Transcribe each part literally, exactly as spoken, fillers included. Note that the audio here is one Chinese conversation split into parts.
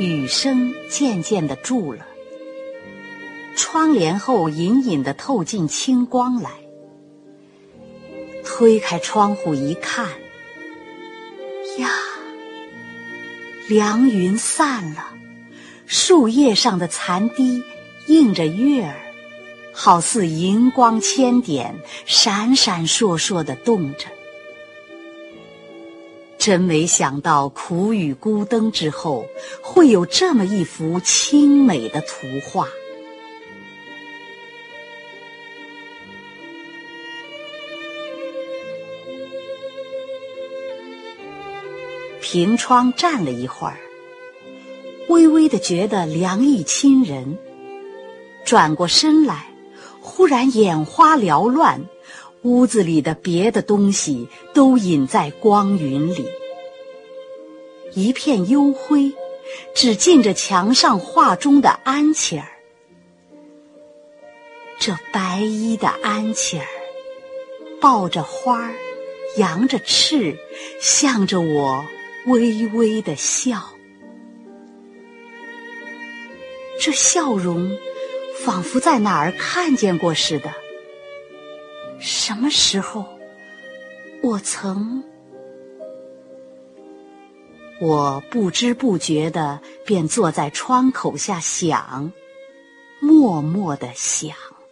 雨声渐渐地住了，窗帘后隐隐地透进清光来。推开窗户一看，呀，凉云散了，树叶上的残滴映着月儿，好似银光千点，闪闪烁烁地动着。真没想到苦雨孤灯之后，会有这么一幅清美的图画。凭窗站了一会儿，微微地觉得凉意侵人，转过身来，忽然眼花缭乱，屋子里的别的东西都隐在光云里，一片幽灰，只见着墙上画中的安琪儿。这白衣的安琪儿，抱着花儿，扬着翅，向着我微微地笑。这笑容仿佛在哪儿看见过似的。什么时候我曾……我不知不觉地便坐在窗口下想，默默地想。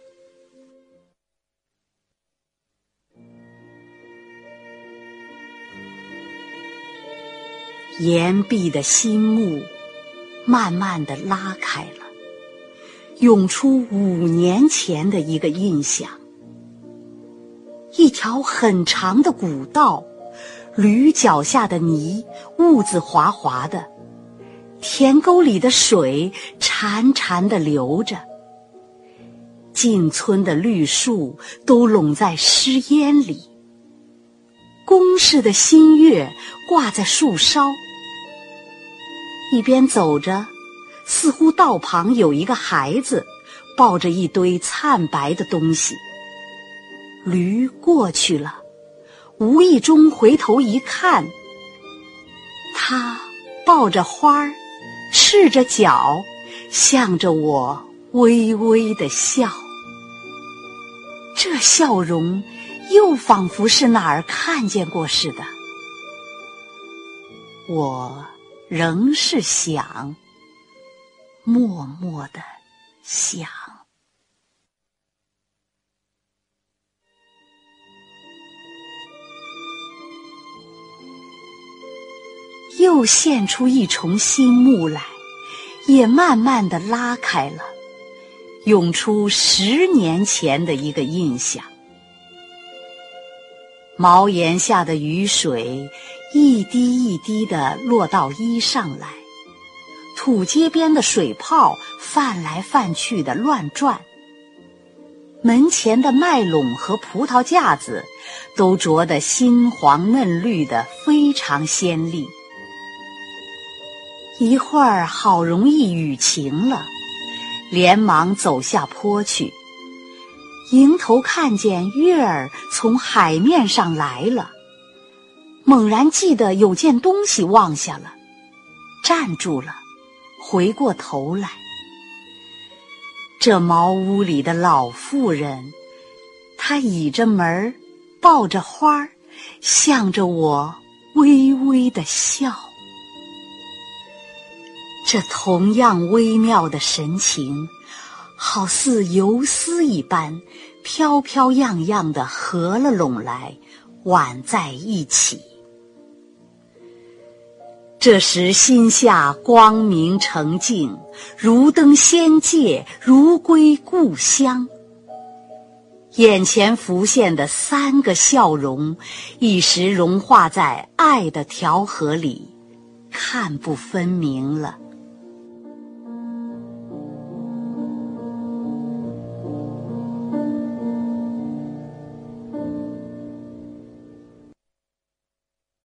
岩壁的心幕慢慢地拉开了，涌出五年前的一个印象。一条很长的古道，驴脚下的泥兀自滑滑的，田沟里的水潺潺地流着，进村的绿树都拢在湿烟里，宫室的新月挂在树梢。一边走着，似乎道旁有一个孩子抱着一堆灿白的东西。驴过去了，无意中回头一看，他抱着花儿，赤着脚，向着我微微地笑。这笑容又仿佛是哪儿看见过似的。我仍是想，默默地想。又现出一重新幕来，也慢慢地拉开了，涌出十年前的一个印象。茅檐下的雨水一滴一滴地落到衣上来，土街边的水泡泛来泛去的乱转，门前的麦垄和葡萄架子都着得新黄嫩绿的非常鲜丽。一会儿好容易雨停了，连忙走下坡去，迎头看见月儿从海面上来了，猛然记得有件东西忘下了，站住了，回过头来。这茅屋里的老妇人，她倚着门，抱着花，向着我微微地笑。这同样微妙的神情，好似游丝一般，飘飘漾漾地合了拢来，挽在一起。这时心下光明澄净，如登仙界，如归故乡。眼前浮现的三个笑容，一时融化在爱的调和里，看不分明了。